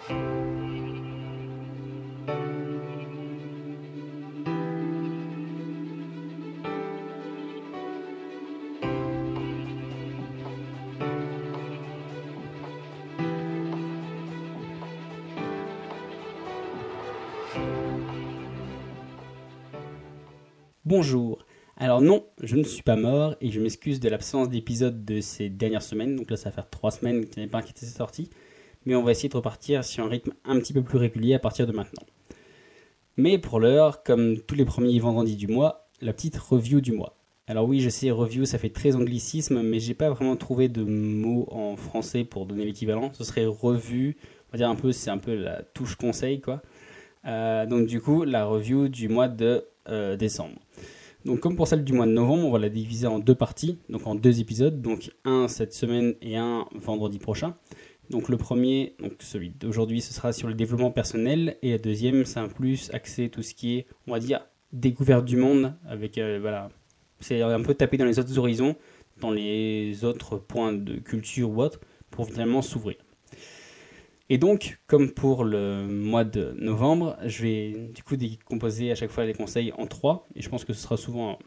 Bonjour. Alors non, je ne suis pas mort et je m'excuse de l'absence d'épisodes de ces dernières semaines. Donc là, ça va faire 3 semaines qu'il n'y avait pas un qui était sorti. Mais on va essayer de repartir sur un rythme un petit peu plus régulier à partir de maintenant. Mais pour l'heure, comme tous les premiers vendredis du mois, la petite review du mois. Alors oui, je sais, review, ça fait très anglicisme, mais j'ai pas vraiment trouvé de mots en français pour donner l'équivalent. Ce serait revue, on va dire un peu, c'est un peu la touche conseil, quoi. Donc du coup, la review du mois de décembre. Donc comme pour celle du mois de novembre, on va la diviser en 2 parties, donc en 2 épisodes, donc un cette semaine et un vendredi prochain. Donc le premier, donc celui d'aujourd'hui, ce sera sur le développement personnel, et la deuxième, c'est un plus axé tout ce qui est, on va dire, découverte du monde, avec voilà, c'est un peu taper dans les autres horizons, dans les autres points de culture ou autre, pour finalement s'ouvrir. Et donc, comme pour le mois de novembre, je vais du coup décomposer à chaque fois les conseils en 3, et je pense que ce sera souvent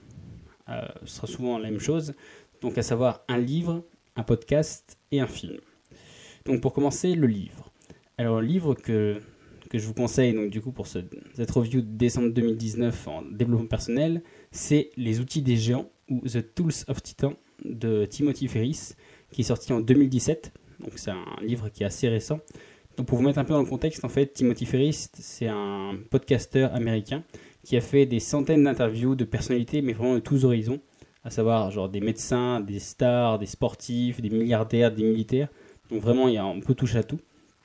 la même chose, donc à savoir un livre, un podcast et un film. Donc pour commencer, le livre. Alors le livre que je vous conseille donc du coup pour cette review de décembre 2019 en développement personnel, c'est Les outils des géants ou The Tools of Titan de Timothy Ferriss, qui est sorti en 2017. Donc c'est un livre qui est assez récent. Donc pour vous mettre un peu dans le contexte, en fait, Timothy Ferriss, c'est un podcasteur américain qui a fait des centaines d'interviews de personnalités, mais vraiment de tous horizons, à savoir genre des médecins, des stars, des sportifs, des milliardaires, des militaires. Donc vraiment, il y a un peu touche à tout.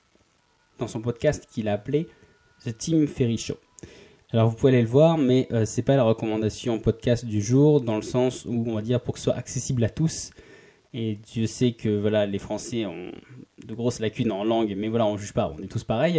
Dans son podcast qu'il a appelé The Tim Ferriss Show. Alors vous pouvez aller le voir, mais c'est pas la recommandation podcast du jour, dans le sens où on va dire pour que ce soit accessible à tous. Et Dieu sait que voilà, les Français ont de grosses lacunes en langue, mais voilà, on juge pas, on est tous pareils.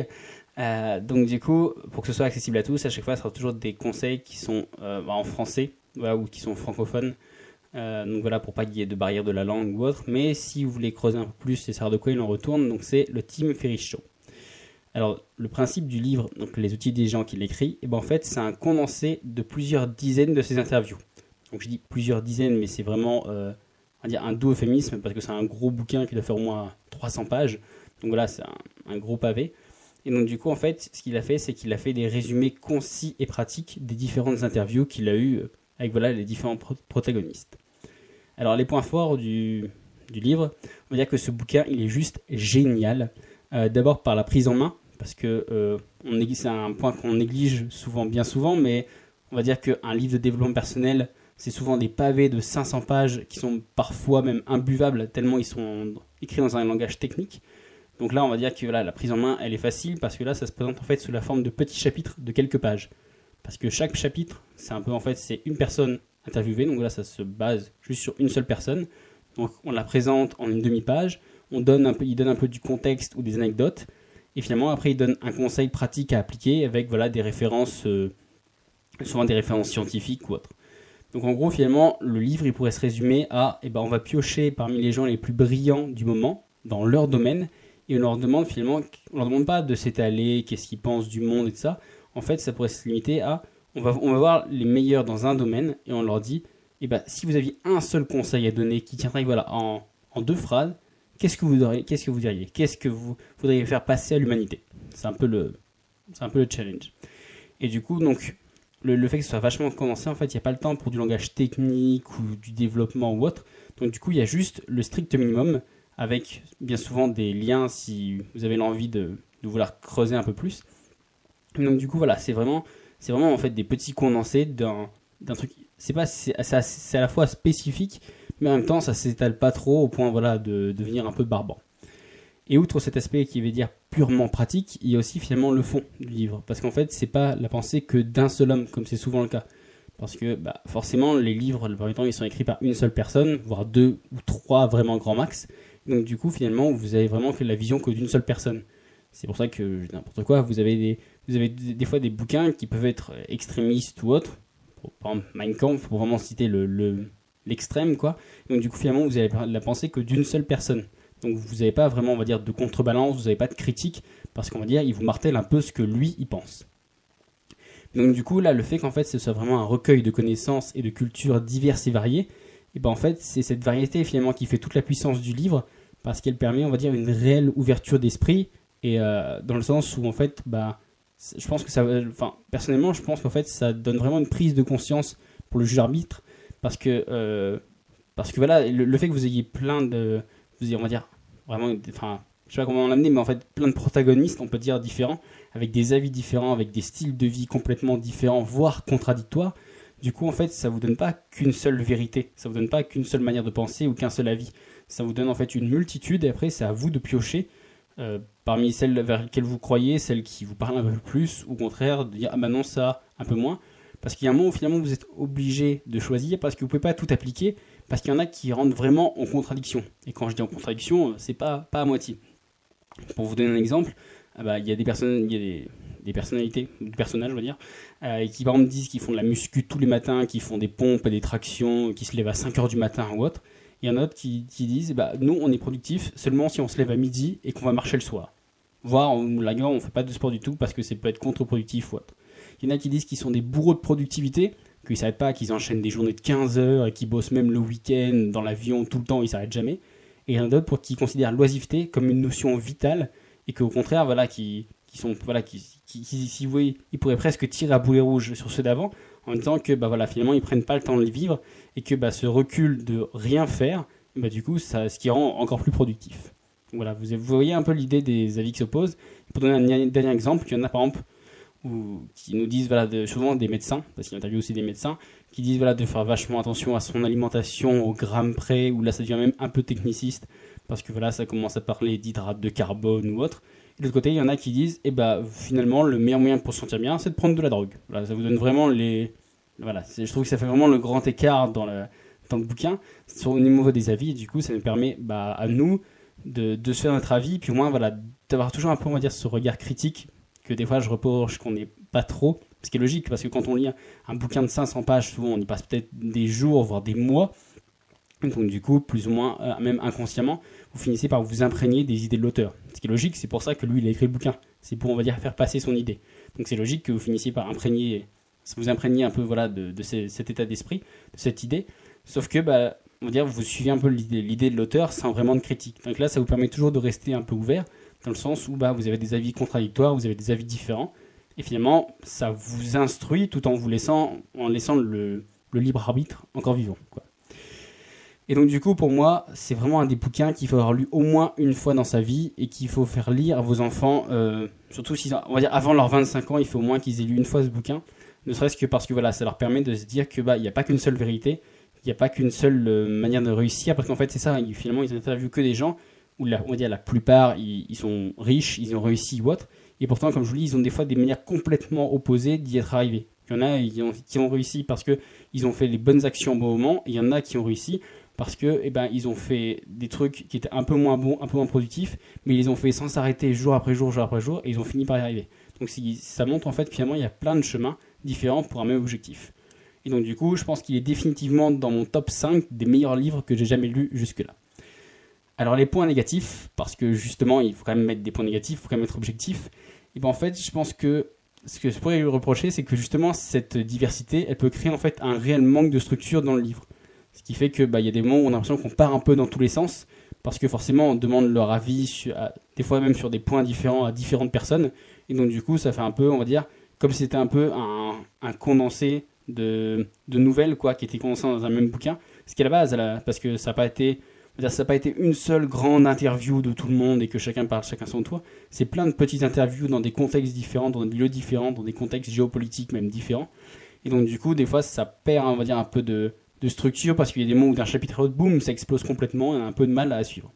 Donc du coup, pour que ce soit accessible à tous, à chaque fois, ce sera toujours des conseils qui sont en français, voilà, ou qui sont francophones. Donc voilà, pour pas qu'il y ait de barrière de la langue ou autre. Mais si vous voulez creuser un peu plus et savoir de quoi il en retourne, donc c'est le Tim Ferriss Show. Alors, le principe du livre, donc les outils des gens qu'il écrit, et ben en fait, c'est un condensé de plusieurs dizaines de ses interviews. Donc je dis plusieurs dizaines, mais c'est vraiment on va dire un doux euphémisme, parce que c'est un gros bouquin qui doit faire au moins 300 pages. Donc voilà, c'est un gros pavé. Et donc du coup, en fait, ce qu'il a fait, c'est qu'il a fait des résumés concis et pratiques des différentes interviews qu'il a eues avec voilà, les différents protagonistes. Alors les points forts du livre, on va dire que ce bouquin, il est juste génial. D'abord par la prise en main, parce que c'est un point qu'on néglige bien souvent, mais on va dire qu'un livre de développement personnel, c'est souvent des pavés de 500 pages qui sont parfois même imbuvables, tellement ils sont écrits dans un langage technique. Donc là, on va dire que voilà, la prise en main, elle est facile, parce que là, ça se présente en fait sous la forme de petits chapitres de quelques pages. Parce que chaque chapitre, c'est un peu en fait, c'est une personne interviewée, donc là, ça se base juste sur une seule personne. Donc on la présente en une demi-page, il donne un peu du contexte ou des anecdotes, et finalement après il donne un conseil pratique à appliquer avec voilà, des références, souvent des références scientifiques ou autres. Donc en gros finalement le livre il pourrait se résumer à on va piocher parmi les gens les plus brillants du moment dans leur domaine, et on leur demande pas de s'étaler, qu'est-ce qu'ils pensent du monde et tout ça. En fait ça pourrait se limiter à on va voir les meilleurs dans un domaine, et on leur dit si vous aviez un seul conseil à donner qui tiendrait voilà, en 2 phrases, qu'est-ce que vous diriez? Qu'est-ce que vous voudriez faire passer à l'humanité? C'est un peu le challenge. Et du coup, donc, le fait que ce soit vachement condensé, en fait, il n'y a pas le temps pour du langage technique ou du développement ou autre. Donc du coup, il y a juste le strict minimum, avec bien souvent des liens si vous avez l'envie de vouloir creuser un peu plus. Donc du coup, voilà, c'est vraiment en fait des petits condensés d'un truc. C'est à la fois spécifique, mais en même temps ça s'étale pas trop au point voilà, de devenir un peu barbant. Et outre cet aspect qui veut dire purement pratique, il y a aussi finalement le fond du livre, parce qu'en fait c'est pas la pensée que d'un seul homme comme c'est souvent le cas, parce que forcément les livres le premier temps ils sont écrits par une seule personne, voire 2 ou 3 vraiment grand max, donc du coup finalement vous avez vraiment fait la vision que d'une seule personne. C'est pour ça que n'importe quoi, vous avez des fois des bouquins qui peuvent être extrémistes ou autres. Par exemple Mein Kampf, pour vraiment citer l'extrême quoi. Donc du coup finalement vous avez la pensée que d'une seule personne. Donc vous n'avez pas vraiment, on va dire, de contrebalance, vous n'avez pas de critique, parce qu'on va dire, il vous martèle un peu ce que lui, il pense. Donc du coup, là, le fait qu'en fait, ce soit vraiment un recueil de connaissances et de cultures diverses et variées, et ben en fait, c'est cette variété finalement qui fait toute la puissance du livre, parce qu'elle permet, on va dire, une réelle ouverture d'esprit, et dans le sens où en fait, je pense que ça, personnellement, je pense qu'en fait, ça donne vraiment une prise de conscience pour le juge arbitre, parce que voilà, le fait que vous ayez plein de, on va dire, vraiment, enfin, je sais pas comment l'amener, mais en fait, plein de protagonistes, on peut dire, différents, avec des avis différents, avec des styles de vie complètement différents, voire contradictoires. Du coup, en fait, ça vous donne pas qu'une seule vérité, ça vous donne pas qu'une seule manière de penser ou qu'un seul avis. Ça vous donne en fait une multitude, et après, c'est à vous de piocher parmi celles vers lesquelles vous croyez, celles qui vous parlent un peu plus, ou au contraire, de dire, ah bah non, ça, un peu moins. Parce qu'il y a un moment où finalement vous êtes obligé de choisir, parce que vous pouvez pas tout appliquer, parce qu'il y en a qui rentrent vraiment en contradiction. Et quand je dis en contradiction, c'est pas à moitié. Pour vous donner un exemple, il y a des personnes, il y a des personnalités, des personnages, on va dire, qui par exemple disent qu'ils font de la muscu tous les matins, qui font des pompes et des tractions, qui se lèvent à 5h du matin ou autre. Il y en a d'autres qui disent, nous on est productifs seulement si on se lève à midi et qu'on va marcher le soir. Voire, la gueule, on fait pas de sport du tout parce que ça peut être contre-productif ou autre. Il y en a qui disent qu'ils sont des bourreaux de productivité, qu'ils ne s'arrêtent pas, qu'ils enchaînent des journées de 15 heures et qu'ils bossent même le week-end, dans l'avion, tout le temps, ils ne s'arrêtent jamais. Et il y en a d'autres qui considèrent l'oisiveté comme une notion vitale et qu'au contraire, voilà, qui si vous voyez, ils pourraient presque tirer à boulet rouge sur ceux d'avant en disant que finalement ils prennent pas le temps de les vivre et que ce recul de rien faire, du coup, ça, ce qui rend encore plus productif. Donc, voilà, vous voyez un peu l'idée des avis qui s'opposent. Pour donner un dernier exemple, il y en a par exemple qui nous disent souvent des médecins, parce qu'il interviewe aussi des médecins, qui disent de faire vachement attention à son alimentation au gramme près, où là ça devient même un peu techniciste, parce que ça commence à parler d'hydrates de carbone ou autre. Et de l'autre côté, il y en a qui disent, finalement, le meilleur moyen pour se sentir bien, c'est de prendre de la drogue. Voilà, ça vous donne vraiment je trouve que ça fait vraiment le grand écart dans le bouquin, au niveau des avis, et du coup, ça nous permet à nous de se faire notre avis, puis au moins, d'avoir toujours un peu, on va dire, ce regard critique que des fois je reproche qu'on n'est pas trop, ce qui est logique, parce que quand on lit un bouquin de 500 pages, souvent on y passe peut-être des jours, voire des mois, donc du coup, plus ou moins, même inconsciemment, vous finissez par vous imprégner des idées de l'auteur. Ce qui est logique, c'est pour ça que lui, il a écrit le bouquin. C'est pour, on va dire, faire passer son idée. Donc c'est logique que vous finissiez par vous imprégner un peu de cet état d'esprit, de cette idée, sauf que, on va dire, vous suivez un peu l'idée de l'auteur sans vraiment de critique. Donc là, ça vous permet toujours de rester un peu ouvert, dans le sens où vous avez des avis contradictoires, vous avez des avis différents, et finalement, ça vous instruit tout en laissant le libre arbitre encore vivant, quoi. Et donc du coup, pour moi, c'est vraiment un des bouquins qu'il faut avoir lu au moins une fois dans sa vie et qu'il faut faire lire à vos enfants, surtout on va dire avant leurs 25 ans, il faut au moins qu'ils aient lu une fois ce bouquin, ne serait-ce que parce que ça leur permet de se dire que il n'y a pas qu'une seule vérité, il n'y a pas qu'une seule manière de réussir, parce qu'en fait c'est ça, finalement ils interviewent que des gens où on va dire la plupart ils sont riches, ils ont réussi ou autre, et pourtant comme je vous dis, ils ont des fois des manières complètement opposées d'y être arrivés. Il y en a qui ont réussi parce qu'ils ont fait les bonnes actions au bon moment, et il y en a qui ont réussi parce que ils ont fait des trucs qui étaient un peu moins bons, un peu moins productifs, mais ils les ont fait sans s'arrêter jour après jour, et ils ont fini par y arriver. Donc ça montre en fait finalement il y a plein de chemins différents pour un même objectif. Et donc du coup, je pense qu'il est définitivement dans mon top 5 des meilleurs livres que j'ai jamais lus jusque-là. Alors les points négatifs, parce que justement il faut quand même mettre des points négatifs, il faut quand même être objectif, et en fait je pense que ce que je pourrais lui reprocher, c'est que justement cette diversité, elle peut créer en fait un réel manque de structure dans le livre. Ce qui fait que y a des moments où on a l'impression qu'on part un peu dans tous les sens, parce que forcément on demande leur avis, des fois même sur des points différents à différentes personnes, et donc du coup ça fait un peu, on va dire, comme si c'était un peu un condensé de nouvelles qui étaient condensées dans un même bouquin, ce qui est la base, parce que ça n'a pas été une seule grande interview de tout le monde et que chacun parle chacun son tour. C'est plein de petites interviews dans des contextes différents, dans des lieux différents, dans des contextes géopolitiques même différents. Et donc du coup, des fois, ça perd, on va dire, un peu de structure parce qu'il y a des moments où d'un chapitre à l'autre, boum, ça explose complètement et on a un peu de mal à suivre.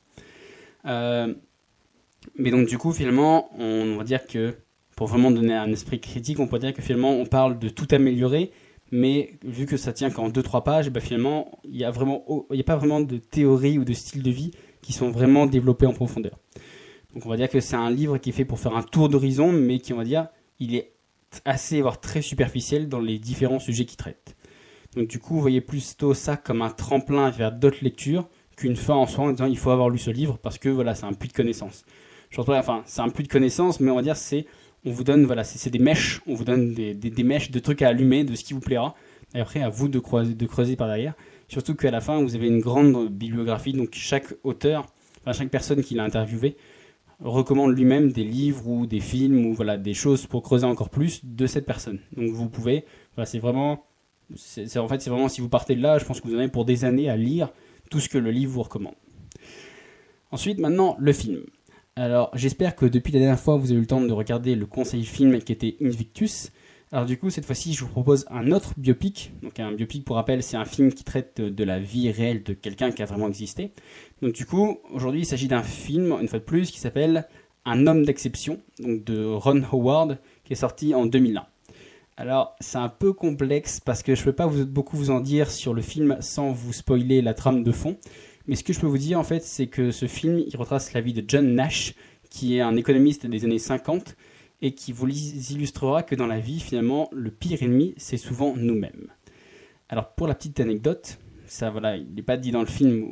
Mais donc du coup, finalement, on va dire que pour vraiment donner un esprit critique, on peut dire que finalement, on parle de tout améliorer, mais vu que ça tient qu'en 2-3 pages, finalement, il n'y a pas vraiment de théorie ou de style de vie qui sont vraiment développés en profondeur. Donc on va dire que c'est un livre qui est fait pour faire un tour d'horizon, mais qui, on va dire, il est assez, voire très superficiel dans les différents sujets qu'il traite. Donc du coup, vous voyez plutôt ça comme un tremplin vers d'autres lectures qu'une fin en soi en disant il faut avoir lu ce livre parce que voilà, c'est un puits de connaissances. C'est un puits de connaissances, mais on va dire on vous donne, voilà, c'est des mèches, on vous donne des mèches de trucs à allumer, de ce qui vous plaira. Et après, à vous de creuser par derrière. Surtout qu'à la fin, vous avez une grande bibliographie, donc chaque auteur, chaque personne qui l'a interviewé recommande lui-même des livres ou des films ou voilà, des choses pour creuser encore plus de cette personne. Donc vous pouvez, voilà, c'est vraiment si vous partez de là, je pense que vous en avez pour des années à lire tout ce que le livre vous recommande. Ensuite, maintenant, le film. Alors, j'espère que depuis la dernière fois, vous avez eu le temps de regarder le conseil film qui était Invictus. Alors du coup, cette fois-ci, je vous propose un autre biopic. Donc un biopic, pour rappel, c'est un film qui traite de la vie réelle de quelqu'un qui a vraiment existé. Donc du coup, aujourd'hui, il s'agit d'un film, une fois de plus, qui s'appelle Un homme d'exception, donc de Ron Howard, qui est sorti en 2001. Alors, c'est un peu complexe parce que je ne peux pas beaucoup vous en dire sur le film sans vous spoiler la trame de fond. Mais ce que je peux vous dire, en fait, c'est que ce film, il retrace la vie de John Nash, qui est un économiste des années 50, et qui vous illustrera que dans la vie, finalement, le pire ennemi, c'est souvent nous-mêmes. Alors, pour la petite anecdote, ça, voilà, il n'est pas dit dans le film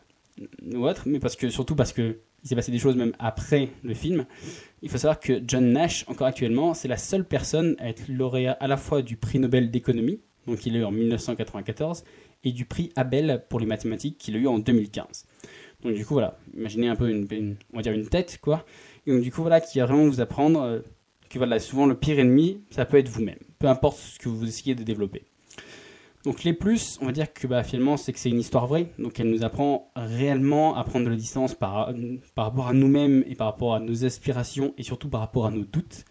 ou autre, mais surtout parce que il s'est passé des choses même après le film. Il faut savoir que John Nash, encore actuellement, c'est la seule personne à être lauréat à la fois du prix Nobel d'économie, donc il l'a eu en 1994, et du prix Abel pour les mathématiques qu'il a eu en 2015. Donc du coup, voilà, imaginez un peu on va dire une tête, quoi. Et donc du coup, voilà, qui va vraiment vous apprendre que voilà, souvent le pire ennemi, ça peut être vous-même, peu importe ce que vous essayez de développer. Donc les plus, on va dire que finalement, c'est que c'est une histoire vraie, donc elle nous apprend réellement à prendre de la distance par rapport à nous-mêmes et par rapport à nos aspirations et surtout par rapport à nos doutes.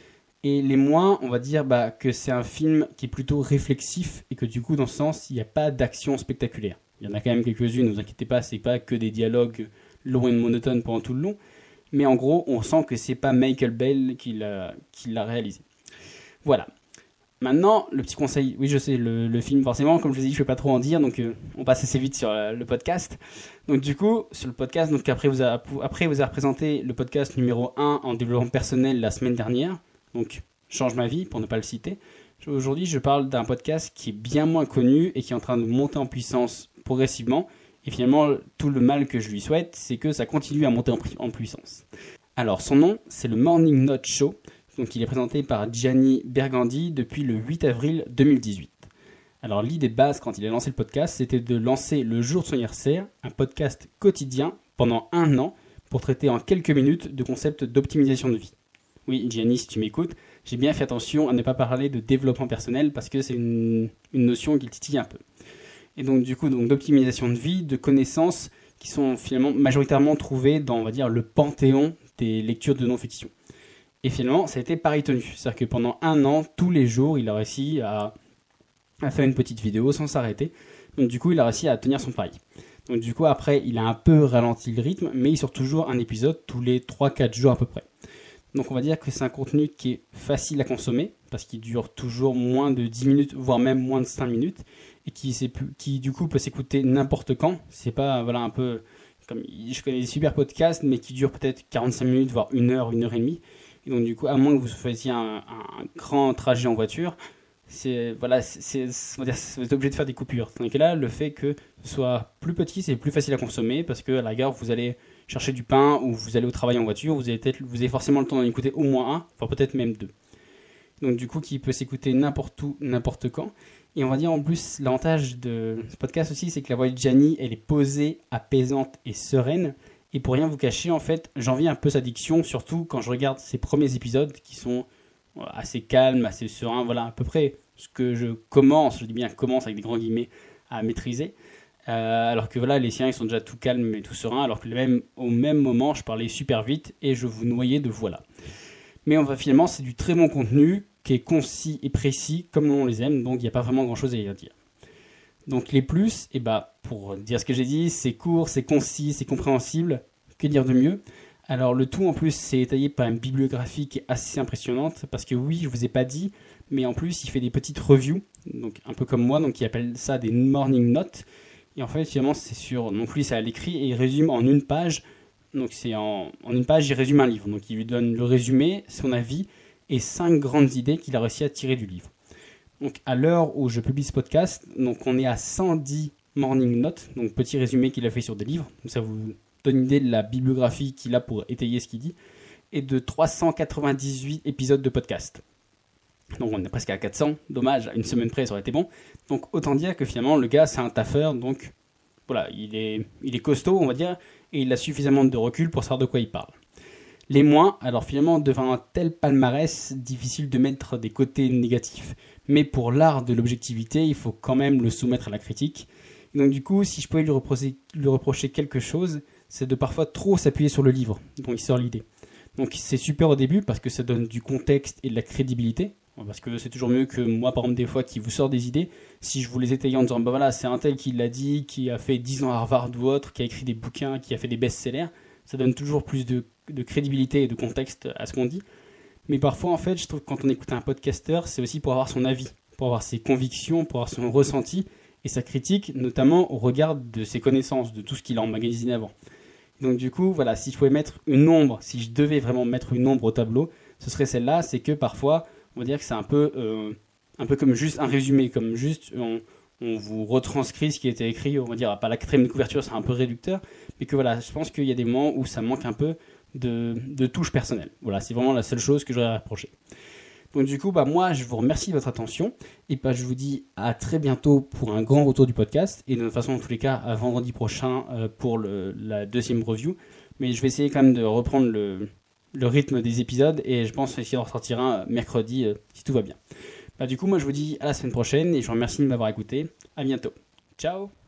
Et les moins, on va dire que c'est un film qui est plutôt réflexif et que du coup, dans ce sens, il n'y a pas d'action spectaculaire. Il y en a quand même quelques-unes, ne vous inquiétez pas, c'est pas que des dialogues longs et monotones pendant tout le long. Mais en gros, on sent que c'est pas Michael Bay qui l'a réalisé. Voilà. Maintenant, le petit conseil, oui je sais, le film forcément, comme je vous ai dit, je ne vais pas trop en dire, donc on passe assez vite sur le podcast. Donc du coup, sur le podcast, donc après vous avez représenté le podcast numéro 1 en développement personnel la semaine dernière, donc Change ma vie, pour ne pas le citer. Aujourd'hui, je parle d'un podcast qui est bien moins connu et qui est en train de monter en puissance progressivement. Et finalement, tout le mal que je lui souhaite, c'est que ça continue à monter en puissance. Alors, son nom, c'est le Morning Note Show. Donc, il est présenté par Gianni Bergandi depuis le 8 avril 2018. Alors, l'idée de base, quand il a lancé le podcast, c'était de lancer le jour de son anniversaire, un podcast quotidien pendant 1 an pour traiter en quelques minutes de concepts d'optimisation de vie. Oui, Gianni, si tu m'écoutes, j'ai bien fait attention à ne pas parler de développement personnel parce que c'est une notion qui titille un peu. Et donc, du coup, d'optimisation de vie, de connaissances qui sont finalement majoritairement trouvées dans, on va dire, le panthéon des lectures de non-fiction. Et finalement, ça a été pari tenu. C'est-à-dire que pendant 1 an, tous les jours, il a réussi à faire une petite vidéo sans s'arrêter. Donc du coup, il a réussi à tenir son pari. Donc du coup, après, il a un peu ralenti le rythme, mais il sort toujours un épisode tous les 3-4 jours à peu près. Donc on va dire que c'est un contenu qui est facile à consommer, parce qu'il dure toujours moins de 10 minutes, voire même moins de 5 minutes, et qui du coup peut s'écouter n'importe quand. C'est pas, voilà, un peu comme, je connais des super podcasts, mais qui durent peut-être 45 minutes, voire 1 heure, 1 heure et demie. Et donc du coup, à moins que vous fassiez un grand trajet en voiture, vous êtes obligé de faire des coupures. Tandis que là, le fait que ce soit plus petit, c'est plus facile à consommer, parce que à la gare, vous allez chercher du pain ou vous allez au travail en voiture, vous avez forcément le temps d'en écouter au moins 1, voire peut-être même 2. Donc du coup, qui peut s'écouter n'importe où, n'importe quand. Et on va dire en plus, l'avantage de ce podcast aussi, c'est que la voix de Gianni, elle est posée, apaisante et sereine. Et pour rien vous cacher, en fait, j'envie un peu sa diction, surtout quand je regarde ses premiers épisodes qui sont assez calmes, assez sereins, voilà à peu près ce que je commence avec des grands guillemets, à maîtriser. Alors que voilà, les siens ils sont déjà tout calmes et tout sereins, alors que au même moment, je parlais super vite et je vous noyais de voilà. Mais finalement, c'est du très bon contenu qui est concis et précis comme on les aime, donc il n'y a pas vraiment grand chose à y dire. Donc les plus, pour dire ce que j'ai dit, c'est court, c'est concis, c'est compréhensible, que dire de mieux ? Alors le tout en plus c'est étayé par une bibliographie qui est assez impressionnante, parce que oui, je vous ai pas dit, mais en plus il fait des petites reviews, donc un peu comme moi, donc il appelle ça des morning notes, et en fait finalement c'est à l'écrit et il résume en 1 page, donc c'est en 1 page il résume un livre, donc il lui donne le résumé, son avis et 5 grandes idées qu'il a réussi à tirer du livre. Donc à l'heure où je publie ce podcast, donc on est à 110 Morning Note, donc petit résumé qu'il a fait sur des livres. Donc ça vous donne une idée de la bibliographie qu'il a pour étayer ce qu'il dit. Et de 398 épisodes de podcast. Donc on est presque à 400, dommage, à une semaine près ça aurait été bon. Donc autant dire que finalement le gars c'est un taffeur, donc voilà, il est costaud on va dire, et il a suffisamment de recul pour savoir de quoi il parle. Les moins, alors finalement devant un tel palmarès, difficile de mettre des côtés négatifs. Mais pour l'art de l'objectivité, il faut quand même le soumettre à la critique. Et donc du coup, si je pouvais lui reprocher quelque chose, c'est de parfois trop s'appuyer sur le livre dont il sort l'idée. Donc c'est super au début parce que ça donne du contexte et de la crédibilité. Parce que c'est toujours mieux que moi, par exemple, des fois, qui vous sort des idées. Si je vous les étaye en disant, bah voilà, c'est un tel qui l'a dit, qui a fait 10 ans à Harvard ou autre, qui a écrit des bouquins, qui a fait des best-sellers, ça donne toujours plus de crédibilité et de contexte à ce qu'on dit. Mais parfois, en fait, je trouve que quand on écoute un podcasteur, c'est aussi pour avoir son avis, pour avoir ses convictions, pour avoir son ressenti et sa critique, notamment au regard de ses connaissances, de tout ce qu'il a emmagasiné avant. Donc du coup, voilà, si je pouvais mettre une ombre, si je devais vraiment mettre une ombre au tableau, ce serait celle-là, c'est que parfois, on va dire que c'est un peu comme juste un résumé, comme juste on vous retranscrit ce qui a été écrit, on va dire, pas la quatrième de couverture, c'est un peu réducteur, mais que voilà, je pense qu'il y a des moments où ça manque un peu de touche personnelle. Voilà, c'est vraiment la seule chose que j'aurais à reprocher. Donc du coup, moi, je vous remercie de votre attention, et je vous dis à très bientôt pour un grand retour du podcast, et de toute façon, en tous les cas, à vendredi prochain pour la deuxième review, mais je vais essayer quand même de reprendre le rythme des épisodes, et je pense essayer d'en ressortir un mercredi si tout va bien. Du coup, moi je vous dis à la semaine prochaine, et je vous remercie de m'avoir écouté. À bientôt. Ciao.